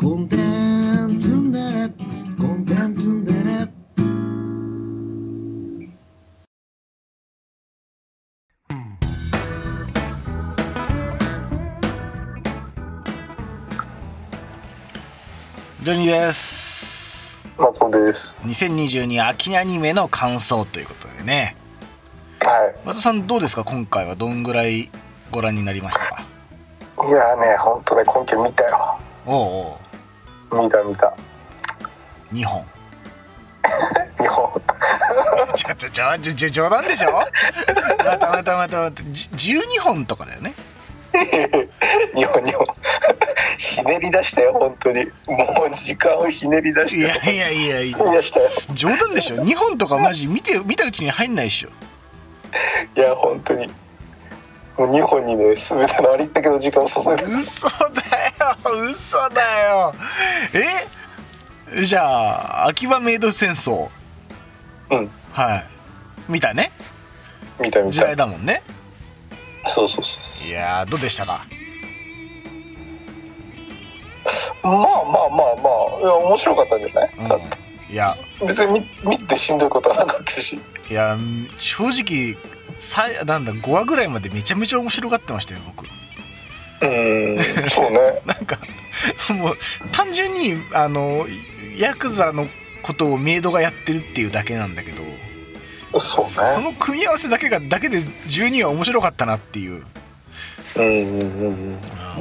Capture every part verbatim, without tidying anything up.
コンテンツンデレコンテンツンデレジョニーです。 松尾です。 にせんにじゅうに秋アニメの感想ということでね。 はい。 松尾さんどうですか、今回はどんぐらいご覧になりましたか？ いやね、ほんとね、今期見たよ。 おうおう見た見た。 にほん。 にほん。 ちょちょちょちょちょ冗談でしょ？またまたまたまたじゅうにほんとかだよね。 にほんにほん。ひねり出したよ、本当に。もう時間をひねり出して。 いやいやいやいや。冗談でしょ？にほんとかマジ見て見たうちに入んないでしょ。 いや本当に。もうにほんにね、全てのありったけの時間を注いで。 嘘だよ嘘だよ。え？じゃあ秋葉メイド戦争。 うん。 はい。見たね。 見た見た。 時代だもんね。 そうそうそう。 いやーどうでしたか？ まあまあまあまあ、いや面白かったんじゃない？ うん、 だっていや別に 見, 見てしんどいことはなかったし。 いや正直さなんだごわぐらいまでめちゃめちゃ面白がってましたよ僕。 うーんそうね。 なんかもう単純にあのヤクザのことをメイドがやってるっていうだけなんだけど、 そうね、 そ, その組み合わせだけがだけでじゅうには面白かったなっていう。 うんうんうんうん。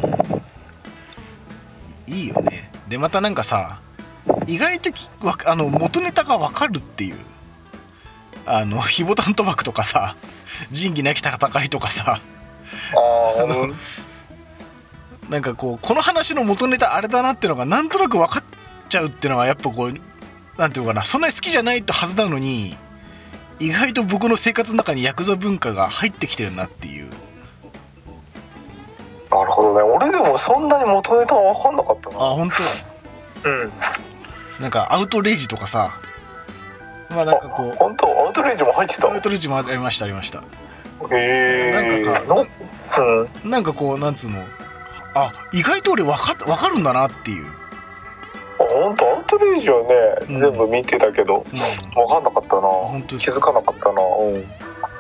いいよね。でまたなんかさ、意外ときわあの元ネタが分かるっていう、あのヒボタン賭博とかさ、仁義なき戦いとかさ、 ああのなんかこうこの話の元ネタあれだなっていうのがなんとなく分かっちゃうっていうのはやっぱこうなんていうのかな、そんなに好きじゃないとはずなのに意外と僕の生活の中にヤクザ文化が入ってきてるなっていう。 なるほどね。俺でもそんなに元ネタは分かんなかったな。 あ、本当。うん。 なんかアウトレイジとかさ、まあなんかこう本当アウトレイジも入ってた。 アウトレイジもありましたありました。 へえ。 なんかかうん。 なんかこうなんつうの、あ、意外と俺分か分かるんだなっていう。 本当アウトレイジはね、うん、全部見てたけど、うん、分かんなかったな。本当気づかなかったな。うん。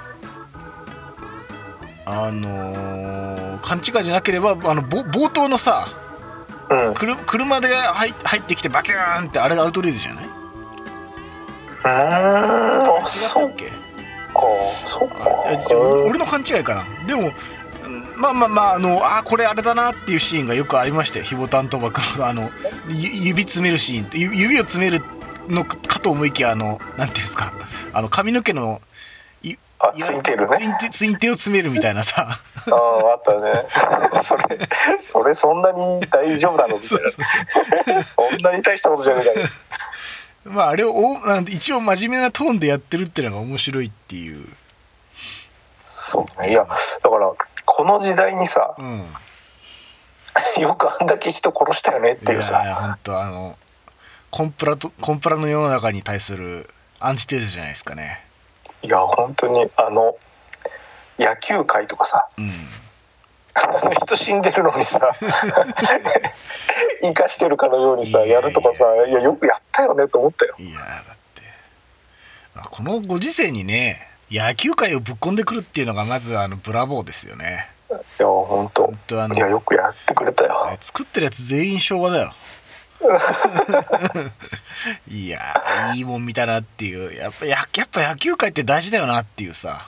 あのー、勘違いじゃなければあの冒頭のさ、うん、車で入ってきてバキューンってあれがアウトレイジじゃない？ うーん、あ、 違ったっけ？ そうか、 そうか。俺の勘違いかな。でもまあまあまあ、あのあこれあれだなっていうシーンがよくありまして、ヒボタン賭博のあの指詰めるシーン、指を詰めるのかと思いきや、あのなんていうんですか、あの髪の毛のあ、ツインテールね。 ツインテールを詰めるみたいなさ。 ああ、あったね。それ、それそんなに大丈夫なのみたいな。そんなに大したことじゃねえかよ。 まああれをなん一応真面目なトーンでやってるっていうのが面白いっていう。 そうね。いや、だからこの時代にさ、うん、よくあんだけ人殺したよねっていうさ。 いや本当あのコンプラとコンプラの世の中に対するアンチテーゼじゃないですかね。 いや本当にあの野球界とかさ、うん、人死んでるのにさ生かしてるかのようにさやるとかさ、いやよくやったよねと思ったよ。 いやだってこのご時世にね野球界をぶっ込んでくるっていうのがまずあのブラボーですよね。 いや本当本当あのいやよくやってくれたよ。 作ってるやつ全員昭和だよ。いやいいもん見たなっていう。やっぱやっぱ野球界って大事だよなっていうさ。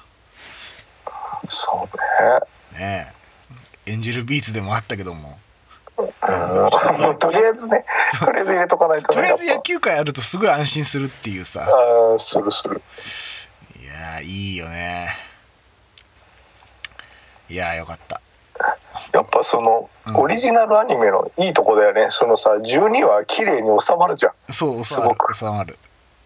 そうね。 ねえエンジェルビーツでもあったけども、 うん、とりあえずねとりあえず入れとかないとね。 とりあえず野球界あるとすごい安心するっていうさ。 ああするする。 いやいいよね。いやよかった。 やっぱそのオリジナルアニメのいいとこだよね。そのさじゅうにわ綺麗に収まるじゃん。 そうすごく収まる。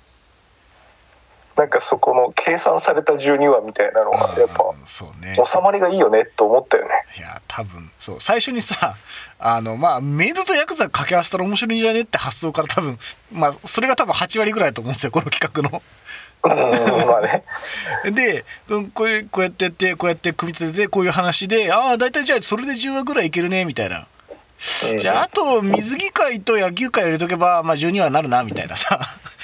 なんかそこの計算されたじゅうにわみたいなのがやっぱ、 そうね、 収まりがいいよねと思ったよね。 いや多分そう最初にさあのまあメイドとヤクザ掛け合わせたら面白いんじゃねって発想から多分まあそれが多分はちわりぐらいだと思うんですよこの企画の。 うんまあね。 でこういうこうやってやってこうやって組み立ててこういう話でああ大体じゃあそれでじゅうわぐらいいけるねみたいなうん、 じゃああと水着会と野球会入れとけば、まあ、じゅうにわになるなみたいなさ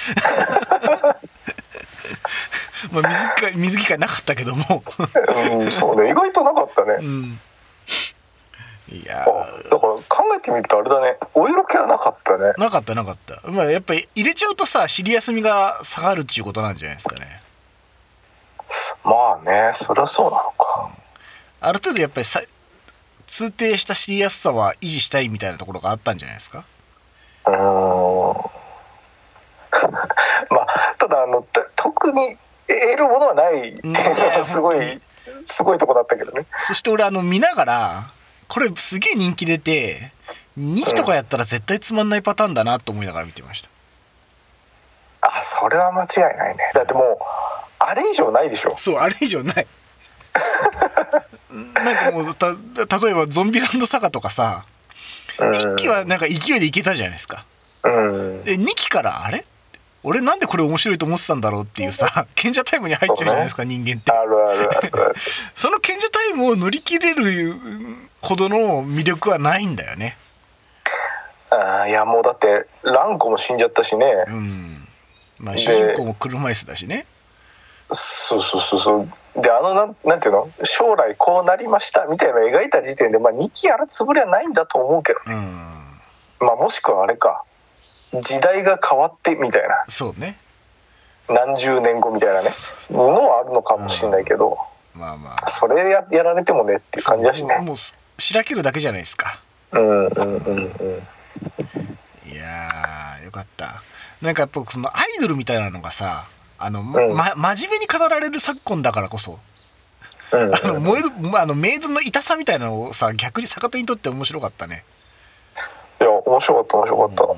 まあ水着会水着会なかったけどもうん、そうね、意外となかったね、 うん、いやだから考えてみるとあれだね、お色気はなかったね。 なかったなかった、まあ、やっぱり入れちゃうとさ尻休みが下がるっていうことなんじゃないですかね。 まあね、そりゃそうなのか、 ある程度やっぱりさ通底した知りやすさは維持したいみたいなところがあったんじゃないですか。 うーんまあただあの特に得るものはないっていうのはすごいすごいとこだったけどね。 そして俺あの見ながらこれすげえ人気出てにきとかやったら絶対つまんないパターンだなと思いながら見てました、 うん、あ、それは間違いないね。だってもうあれ以上ないでしょ。 そう、あれ以上ないなんかもうた例えばゾンビランドサガとかさ、うん、いっきはなんか勢いでいけたじゃないですか、うん、でにきからあれ俺なんでこれ面白いと思ってたんだろうっていうさ賢者タイムに入っちゃうじゃないですか、ね、人間って。 あるあるあるあるその賢者タイムを乗り切れるほどの魅力はないんだよね。 あ、いやもうだってランコも死んじゃったしね、 うん、まあ主人公も車椅子だしね。 そうそうそうそうで、あのなんなんていうの、将来こうなりましたみたいなのを描いた時点で、まあ、にきやるつもりはないんだと思うけどね、うん、まあもしくはあれか、時代が変わってみたいな、 そうね、 何十年後みたいなねのはあるのかもしれないけど、 うん、まあまあそれ や, やられてもねっていう感じだしね。 もうしらけるだけじゃないですか。 うんうんうんうん。 いやーよかった。なんかやっぱそのアイドルみたいなのがさ、あの、うん、ま、真面目に語られる昨今だからこそ、うんうん、あの燃えるあのメイドの痛さみたいなのをさ逆に逆手にとって面白かったね。 いや面白かった面白かった、うん、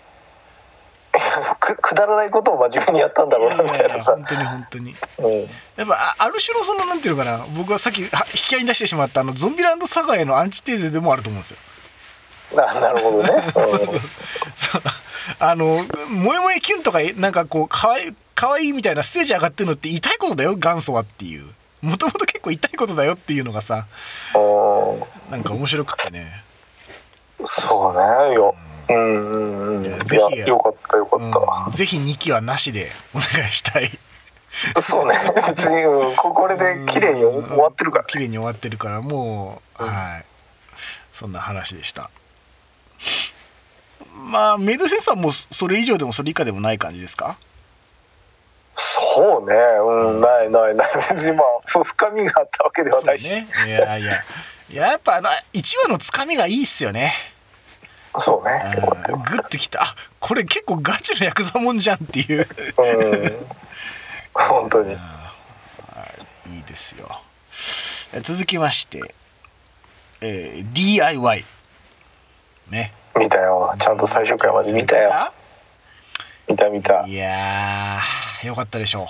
く, くだらないことを真面目にやったんだろうなみたいなさ。 本当に本当に、うん、やっぱある種のそのなんていうのかな、僕はさっき引き合いに出してしまったあのゾンビランドサガへのアンチテーゼでもあると思うんですよ。 な, なるほどね、うん、そうそうあの萌え萌えキュンとかなんかこうかわいかわいいみたいなステージ上がってるのって痛いことだよ元祖はっていう、もともと結構痛いことだよっていうのがさ、なんか面白くてね。 そうねよ、うんうんうん、ぜひよかったよかった、 うん、ぜひにきはなしでお願いしたい。 そうね、別に、うん、これで綺麗に終わってるから、ね、 綺麗に終わってるからもう、うん、はい、そんな話でした。まあメイドセンスはもうそれ以上でもそれ以下でもない感じですか？ そうね、うん、ないないない、別にまあ深みがあったわけではないし、 ね、いやいややっぱあのいちわのつかみがいいっすよね。 そうね、 グッときた、あ、これ結構ガチのヤクザもんじゃんっていう、 うん、本当にいいですよ。続きまして、えー、ディーアイワイ ね、 見たよ、ちゃんと最終回まで見たよ。見た見た。 いやーよかったでしょ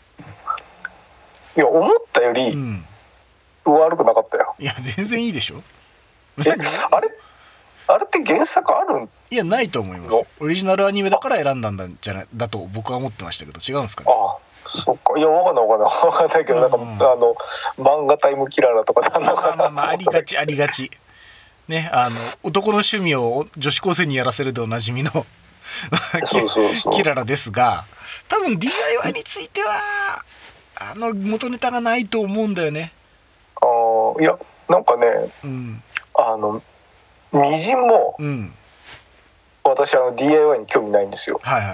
う。いや思ったより、うん、悪くなかったよ。 いや全然いいでしょ。 えあれあれって原作あるん？ いやないと思います。オリジナルアニメだから選んだんじゃないだと僕は思ってましたけど、違うんですかね。 ああ、そっか。いやわかんないわかんないわかんないけど、うんうん、なんかあの漫画タイムキララとかなんだかな、 まあまあありがちありがちね、あの男の趣味を女子高生にやらせるでおなじみのそうそうそうキララですが、多分 ディーアイワイ についてはあの元ネタがないと思うんだよね。 ああ、いやなんかね、うん、あのみじんも、うん、私あの ディーアイワイ に興味ないんですよ。 はいはいはい。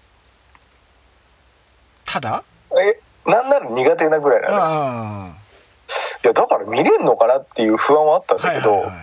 ただえなんなら苦手なぐらいなの。いやだから見れんのかなっていう不安はあったんだけど、はいはいはい、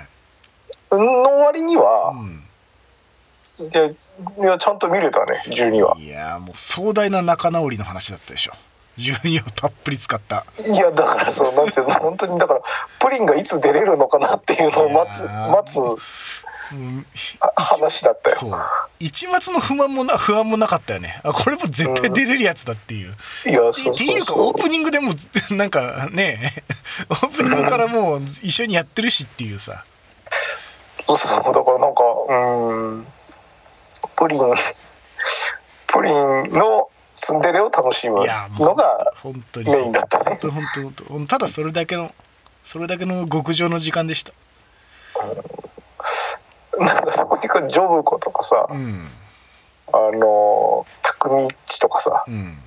の割には、うん、いやいやちゃんと見れたね。じゅうにわ。 いやもう壮大な仲直りの話だったでしょ、じゅうにわたっぷり使った。 いやだからそうなんていうの本当にだからプリンがいつ出れるのかなっていうのを待つ待つ、うん、話だったよ。 そう一抹の不満もな不安もなかったよね。あこれも絶対出れるやつだっていう、 うん、いやそうそうそうっていうかオープニングでもなんかねオープニングからもう一緒にやってるしっていうさ、 そうそうだからなんかうーんプリンプリンのツンデレを楽しむのがメインだったね。 本当本当ただそれだけのそれだけの極上の時間でした。 なんかそこにこうジョブ子とかさ、 うんあの匠っちとかさ、 うん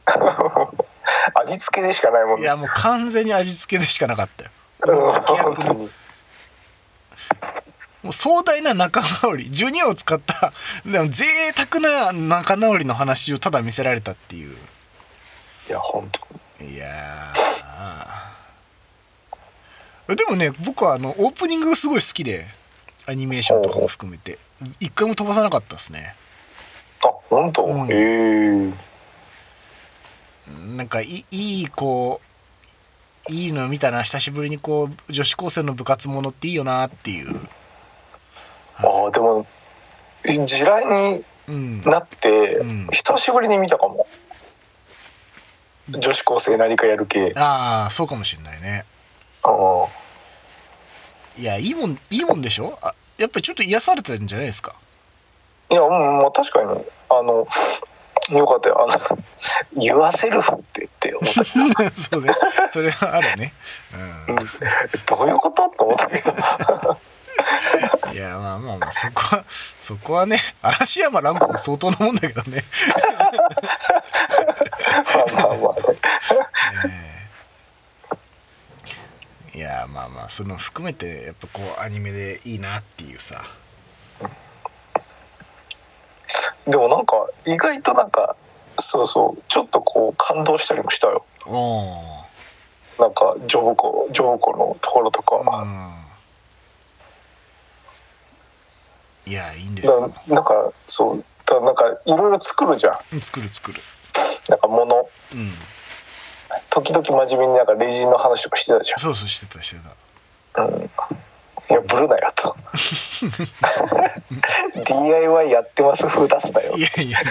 味付けでしかないもんね。 いやもう完全に味付けでしかなかったよ。 うん脇役の本当に。 もう壮大な仲直りジュニアを使ったでも贅沢な仲直りの話をただ見せられたっていう。 いや本当に。 いやーでもね僕はあのオープニングがすごい好きでアニメーションとかも含めて一回も飛ばさなかったですね。 あ本当。 うんへえ。 なんかいいいこういいの見たな久しぶりにこう女子高生の部活ものっていいよなっていう。 ああでも地雷にうんなってうん久しぶりに見たかも。女子高生何かやる系。 ああそうかもしれないね。 うん。 いやいいもんいいもんでしょ。あやっぱりちょっと癒されてるんじゃないですか。 いや、うん、まあ確かにあのよかったよ。あの言わせるってって思ったけどそうねそれはあるね。 うんどういうことと思ったけどうん、いやまあまあまあそこはそこはね嵐山蘭子も相当なもんだけどね。 まあまあまあね。 えーいやまあまあその含めてやっぱこうアニメでいいなっていうさ。 でもなんか意外となんかそうそうちょっとこう感動したりもしたよ。 おなんかジョブ子ジョブ子のところとか。 うん、いやいいんですよ。 だなんかそうだなんかいろいろ作るじゃん。 作る作る。 なんか物。 うん。 時々真面目になんかレジの話とかしてたじそうそうしてたしてゃん。うん。いやブルなよと。ディーアイワイ やってます風出すなよ。 た。いやいやい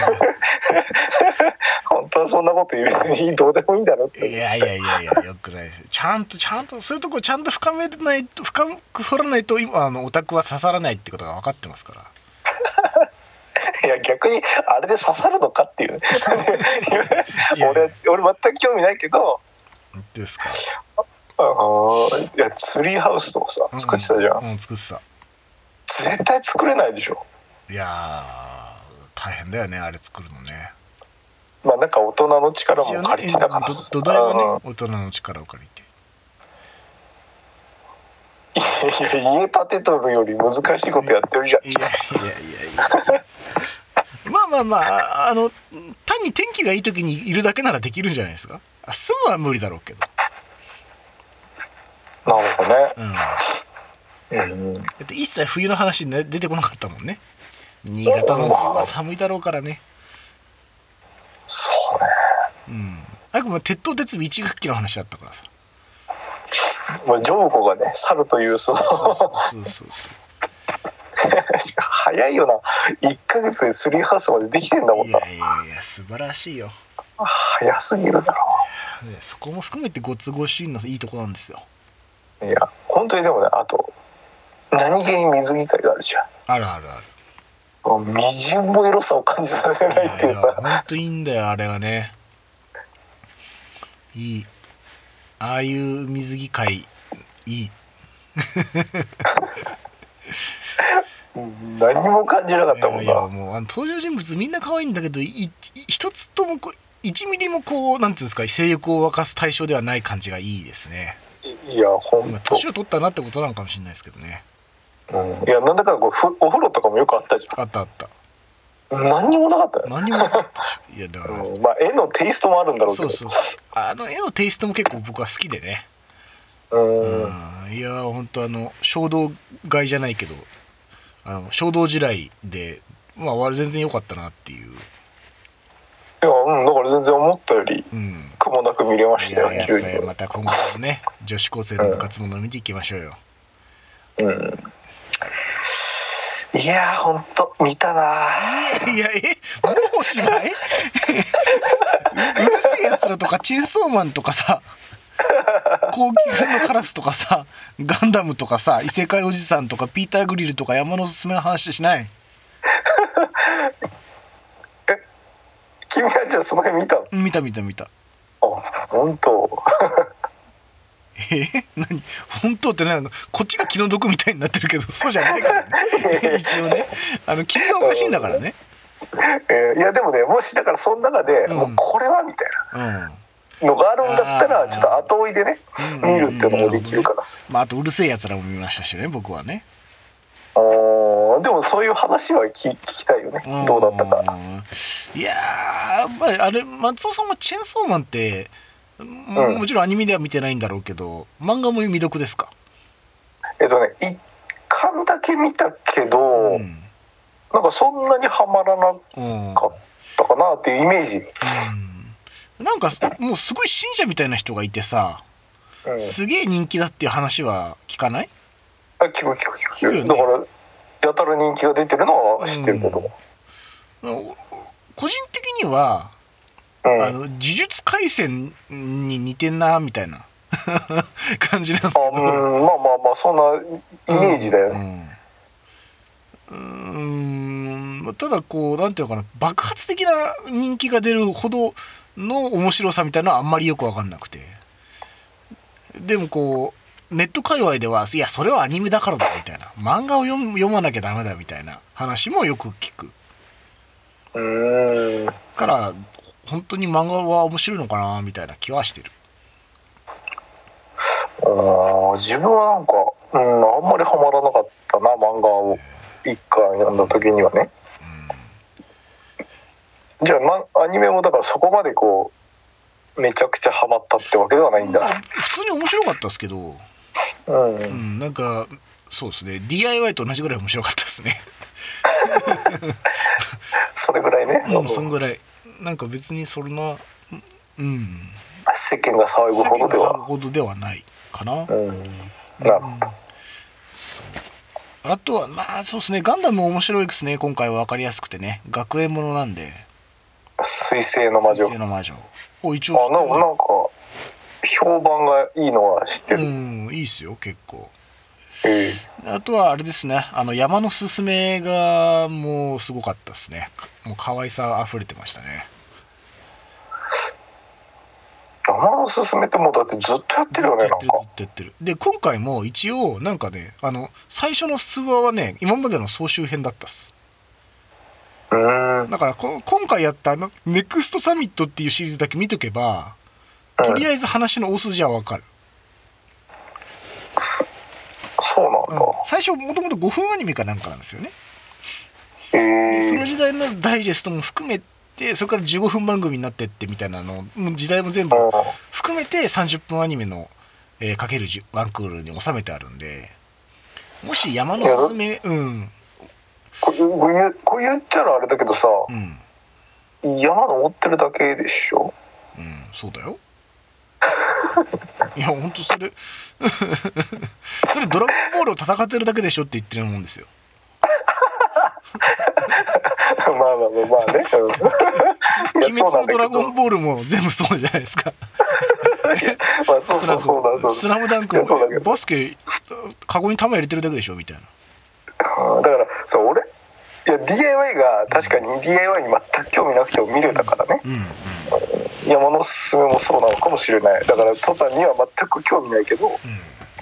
本当はそんなこと言うどうでもいいんだろって。 やいやいやいやいやよくないです。ちゃんとちゃんとそういうとこちゃんと深めないと深く掘らないと今あのオタクは刺さらないってことが分かってますから。 いや逆にあれで刺さるのかっていうね。 いや俺俺全く興味ないけど。 本当ですか。 あーいやツリーハウスとかさ作ってたじゃん。 うん、うん、作ってた。 絶対作れないでしょ。 いやー大変だよねあれ作るのね。 まあなんか大人の力も借りてたからさ。 土台はね大人の力を借りて。 いやいや家建てとるより難しいことやってるじゃん。 いやいやいやいやまあまあまああの単に天気がいい時にいるだけならできるんじゃないですか。あ住むは無理だろうけど。 なるほどね。 うんうん、 だって一切冬の話、ね、出てこなかったもんね。新潟の冬は寒いだろうからね。 そうね。 うんあくまで鉄塔鉄尾一学期の話だったからさ。 まあジョブ子がね猿というそのそうそうそう早いよな。いっかげつでスリーハウスまでできてんだもんな。 いやいやいや素晴らしいよ。 早すぎるだろねそこも含めてご都合主義のいいとこなんですよ。 う。いや本当にでもねあと何気に水着会があるじゃん。 あるあるある。 みじんもエロさを感じさせないっていうさ。 本当いいんだよあれはね。いい。ああいう水着会いい。 何も感じなかったもんな。 いやいやもうあの登場人物みんな可愛いんだけどいい一つともこういちミリもこうなんていうんですか性欲を沸かす対象ではない感じがいいですね。 いや本当。 年を取ったなってことなのかもしれないですけどね。 うん、いやなんだかこうふお風呂とかもよくあったじゃん。 あったあった。 何にもなかったよ。 何にもなかったでしょ。いやだから、 うん、まあ絵のテイストもあるんだろうけど。 そうそうあの絵のテイストも結構僕は好きでね。 うんうんいや本当あの衝動買いじゃないけどあの衝動地雷でまあ全然良かったなっていう。 いやうんだから全然思ったよりうん苦もなく見れましたよ。 いややっぱりまた今後もね女子高生の部活もの見ていきましょうよ。 うんいやーほんと見たないやいやえもうおしまいうるせえやつらとかチェーンソーマンとかさ高級のカラスとかさガンダムとかさ異世界おじさんとかピーターグリルとか山のおすすめの話しない。 え君はじゃあその辺見たの？ 見た見た見た。 あ本当。 え何本当ってなんかこっちが気の毒みたいになってるけどそうじゃないからね一応ねあの君がおかしいんだからね、 えーいやでもね、もしだからその中で、 うんもうこれはみたいうんなのがあるんだったら、 あーちょっと後追いでね、 うん見るっていうのもできるからさ。 まああとうるせえやつらも見ましたしね僕はね。 あーでもそういう話は聞聞きたいよね、どうだったか。 うんいやー、まあ、あれ松尾さんはチェーンソーマンってもうんもちろんアニメでは見てないんだろうけど漫画も未読ですか？ えっとね、一巻だけ見たけど、 うんなんかそんなにはまらなうんかったかなっていうイメージ。 うんなんかもうすごい信者みたいな人がいてさうん、 すげえ人気だっていう話は聞かない？ あ聞く聞く聞く聞くよねだからやたら人気が出てるのは知ってるけど、 うん個人的には、 うんあの呪術廻戦に似てんなみたいな感じなんですけあど、 うんまあまあまあそんなイメージだよね。 うん、うーんただこうなんていうのかな爆発的な人気が出るほどの面白さみたいなのはあんまりよく分かんなくて、でもこうネット界隈ではいやそれはアニメだからだみたいな漫画を読む読まなきゃダメだみたいな話もよく聞くうーんから本当に漫画は面白いのかなみたいな気はしてる。 あー自分はなんか、うん、あんまりハマらなかったな漫画を一巻読んだ時にはね。じゃあ、ま、アニメもだからそこまでこうめちゃくちゃハマったってわけではないんまあだ。 普通に面白かったですけど、 うん、 うん、なんかそうですね ディーアイワイ と同じぐらい面白かったですねそれぐらいね、 うん、そんぐらいなんか別にそんなうん世間が騒ぐほどで騒ぐは。 ほどではないかな。 うん、なるほど。 うんそうあとはまあそうですねガンダムも面白いですね今回は分かりやすくてね学園ものなんで水星の魔女。 水星の魔女を一あ応なんかなんか評判がいいのは知ってる。 うんいいっすよ結構。 えあとはあれですねあの山のすすめがもうすごかったですね。もう可愛さあふれてましたね。 山のすすめってもうだってずっとやってるよねなんか。 ずっとやってるずっとやってるで今回も一応なんかねあの最初の数話はね今までの総集編だったっす。 うーんだからこ今回やったあのネクストサミットっていうシリーズだけ見とけばとりあえず話の大筋はわかる。 そうなんだ。 うん最初もともとごふんアニメかなんかなんですよね。 えでそのー、 時代のダイジェストも含めてそれからじゅうごふん番組になってってみたいなのもう時代も全部うん含めてさんじゅっぷんアニメの、えーかけるじゅうワンクールに収めてあるんでもし山のすすめうんこれこれ言うこれ言っちゃあれだけどさ、 うん山登ってるだけでしょ。 うんそうだよいやほんとそれそれドラゴンボールを戦ってるだけでしょって言ってるもんですよ。 まあまあまあまあね。うんい鬼やそうなんだけど滅のドラゴンボールも全部そうじゃないですか。 まあそうそうそうだそうスラムダンクいやそうだけどバスケカゴに球入れてるだけでしょみたいな。 だ。だからそう俺いや ディーアイワイ が確かに ディーアイワイ に全く興味なくても見れたからね。 うんうん山のすすめもそうなのかもしれない。だから登山には全く興味ないけどうん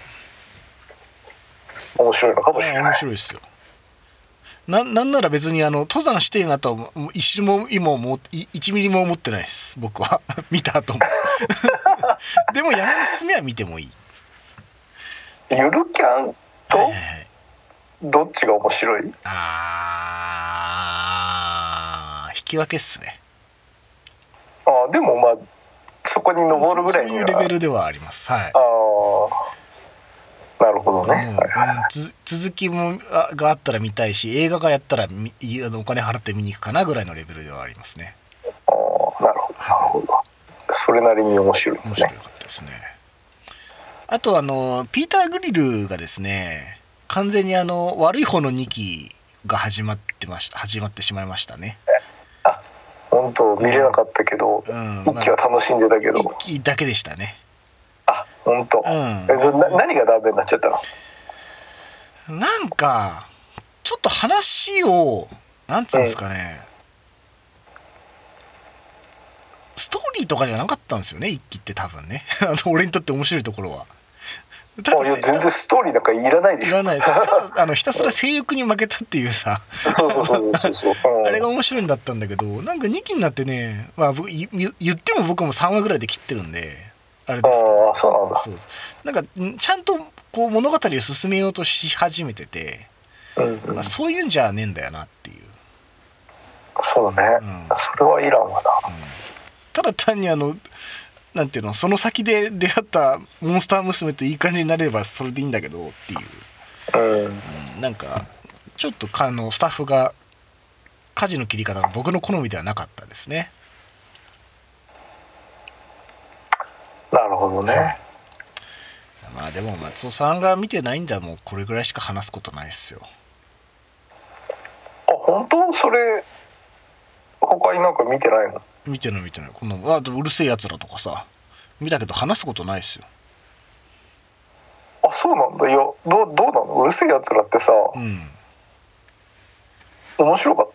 面白いのかもしれあ面ない。 白いですよ。ななんなら別にあの登山してえなとはもう一瞬も今もいいちミリも思ってないです僕は見た後もでも山のすすめは見てもいい。 ゆるキャンとはいはいはいどっちが面白い？ あー引き分けっすね。 あでもまあそこに登るぐらいにはそういうレベルではあります。はい。 ああなるほどね。 うんはいはいうんつ続きもあがあったら見たいし映画がやったらみいあのお金払って見に行くかなぐらいのレベルではありますね。 あーなるほどなるほど。それなりに面白いですね。 面白かったですね。あとあのピーター・グリルがですね完全にあの悪い方のにきが始まってました始まってしまいましたね。 本当見れなかったけど、 うん一期は楽しんでたけど、 まあ一期だけでしたね。 あ本当。 うんえそな何がダメになっちゃったの？ なんかちょっと話をなんつうんですかね、ストーリーとかじゃなかったんですよね一期って多分ねあの俺にとって面白いところはただあいや全然ストーリーなんかいらないでしょ。 いらないです。ただあのひたすら性欲に負けたっていうさそうそうそうそうそう、うん、 あれが面白いんだったんだけど、なんかにきになってね、まあ僕言言っても僕もさんわぐらいで切ってるんであれですけど、 ああそうなんだ。 そうなんかんちゃんとこう物語を進めようとし始めてて、 うんうんまあ、そういうんじゃねえんだよなっていう。 そうだね、 うん、 それはいらんわな、 うん、ただ単にあのなんていうの、その先で出会ったモンスター娘といい感じになればそれでいいんだけどっていう、 うんうん、なんかちょっとあのスタッフが舵の切り方が僕の好みではなかったですね。 なるほどね。 まあでも松尾さんが見てないんだもうこれぐらいしか話すことないですよ。 あ本当？それ他になんか見てないの？ 見てない見てない。このあうるせえやつらとかさ見たけど話すことないですよ。 あそうなんだ。いやどうどうなの？うるせえやつらってさ、 うん、 面白かった？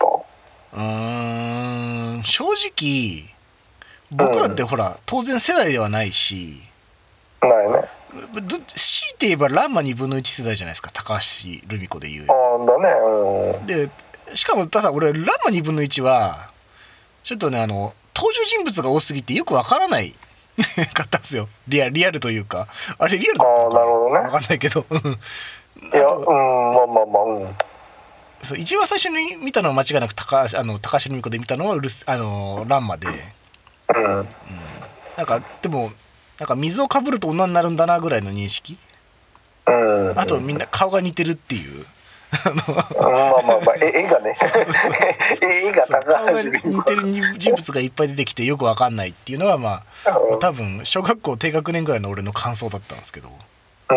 うーん正直僕らってほら、うん、当然世代ではないしないね。 ど強いて言えばランマにぶんのいち世代じゃないですか、高橋留美子でいう。 あだね、うん、 でしかもただ俺ランマにぶんのいちはちょっとねあの登場人物が多すぎてよくわからないかったんですよ。リアルリアルというかあれリアルだったのかな、 あなるほどね、 わかんないけどいやうんまあまあまあうん、 そう一番最初に見たのは間違いなく高橋あの高橋留美子で見たのはうるあのランマで、 うん、うん、 なんかでもなんか水をかぶると女になるんだなぐらいの認識、 うん、 あとみんな顔が似てるっていうあのまあまあまあ絵がね絵が高橋留美子似てる人物がいっぱい出てきてよくわかんないっていうのはまあ、うん、多分小学校低学年ぐらいの俺の感想だったんですけど、 うん、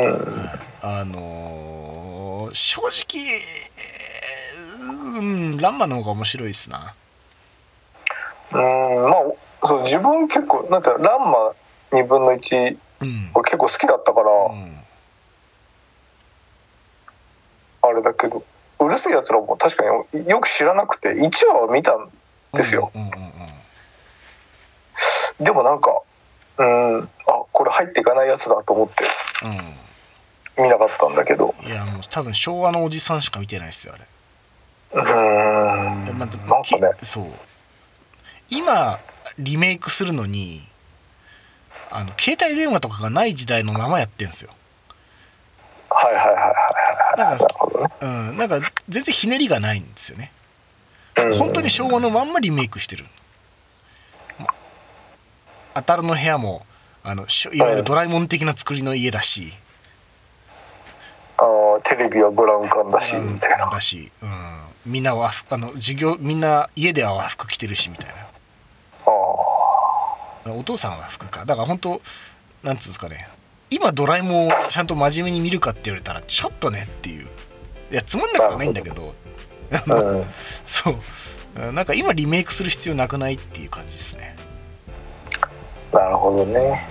あのー、正直うんランマの方が面白いですな。 うんまあそう自分結構なんてランマにぶんのいち、うん、俺結構好きだったから、うん、あれだけどうるせえやつらも確かによく知らなくていちわは見たんですよ、うんうんうんうん、でもなんかうんあこれ入っていかないやつだと思って、うん、見なかったんだけど、 いやもう多分昭和のおじさんしか見てないですよあれ。 うーん、まあ、なんかねそう今リメイクするのにあの携帯電話とかがない時代のままやってるんですよ。 はいはいはいはいなんか、ね、うん、なんか全然ひねりがないんですよね。本当に昭和のまんまリメイクしてる。あたるの部屋もあのいわゆるドラえもん的な作りの家だし、 あテレビはブラウン管だしみたいな。 だし、うん、みんなはあの授業みんな家では和服着てるしみたいな。あお父さんは服か。だから本当なんつうんですかね。今ドラえもんをちゃんと真面目に見るかって言われたらちょっとねっていう。いやつまんなくはないんだけど、うん、そうなんか今リメイクする必要なくないっていう感じですね。 なるほどね。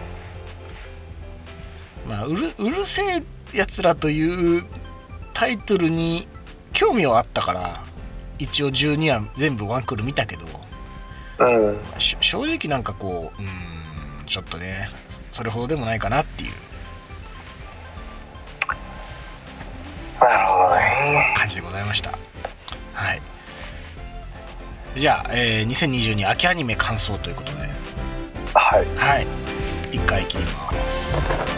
まあうるうるせえやつらというタイトルに興味はあったから一応じゅうにわ全部ワンクール見たけど、うん、正直なんかこううーんちょっとねそれほどでもないかなっていうなるほどね感じでございました。はい。じゃあ、えー、にせんにじゅうに秋アニメ感想ということで、 はい、 はい、いっかい切ります。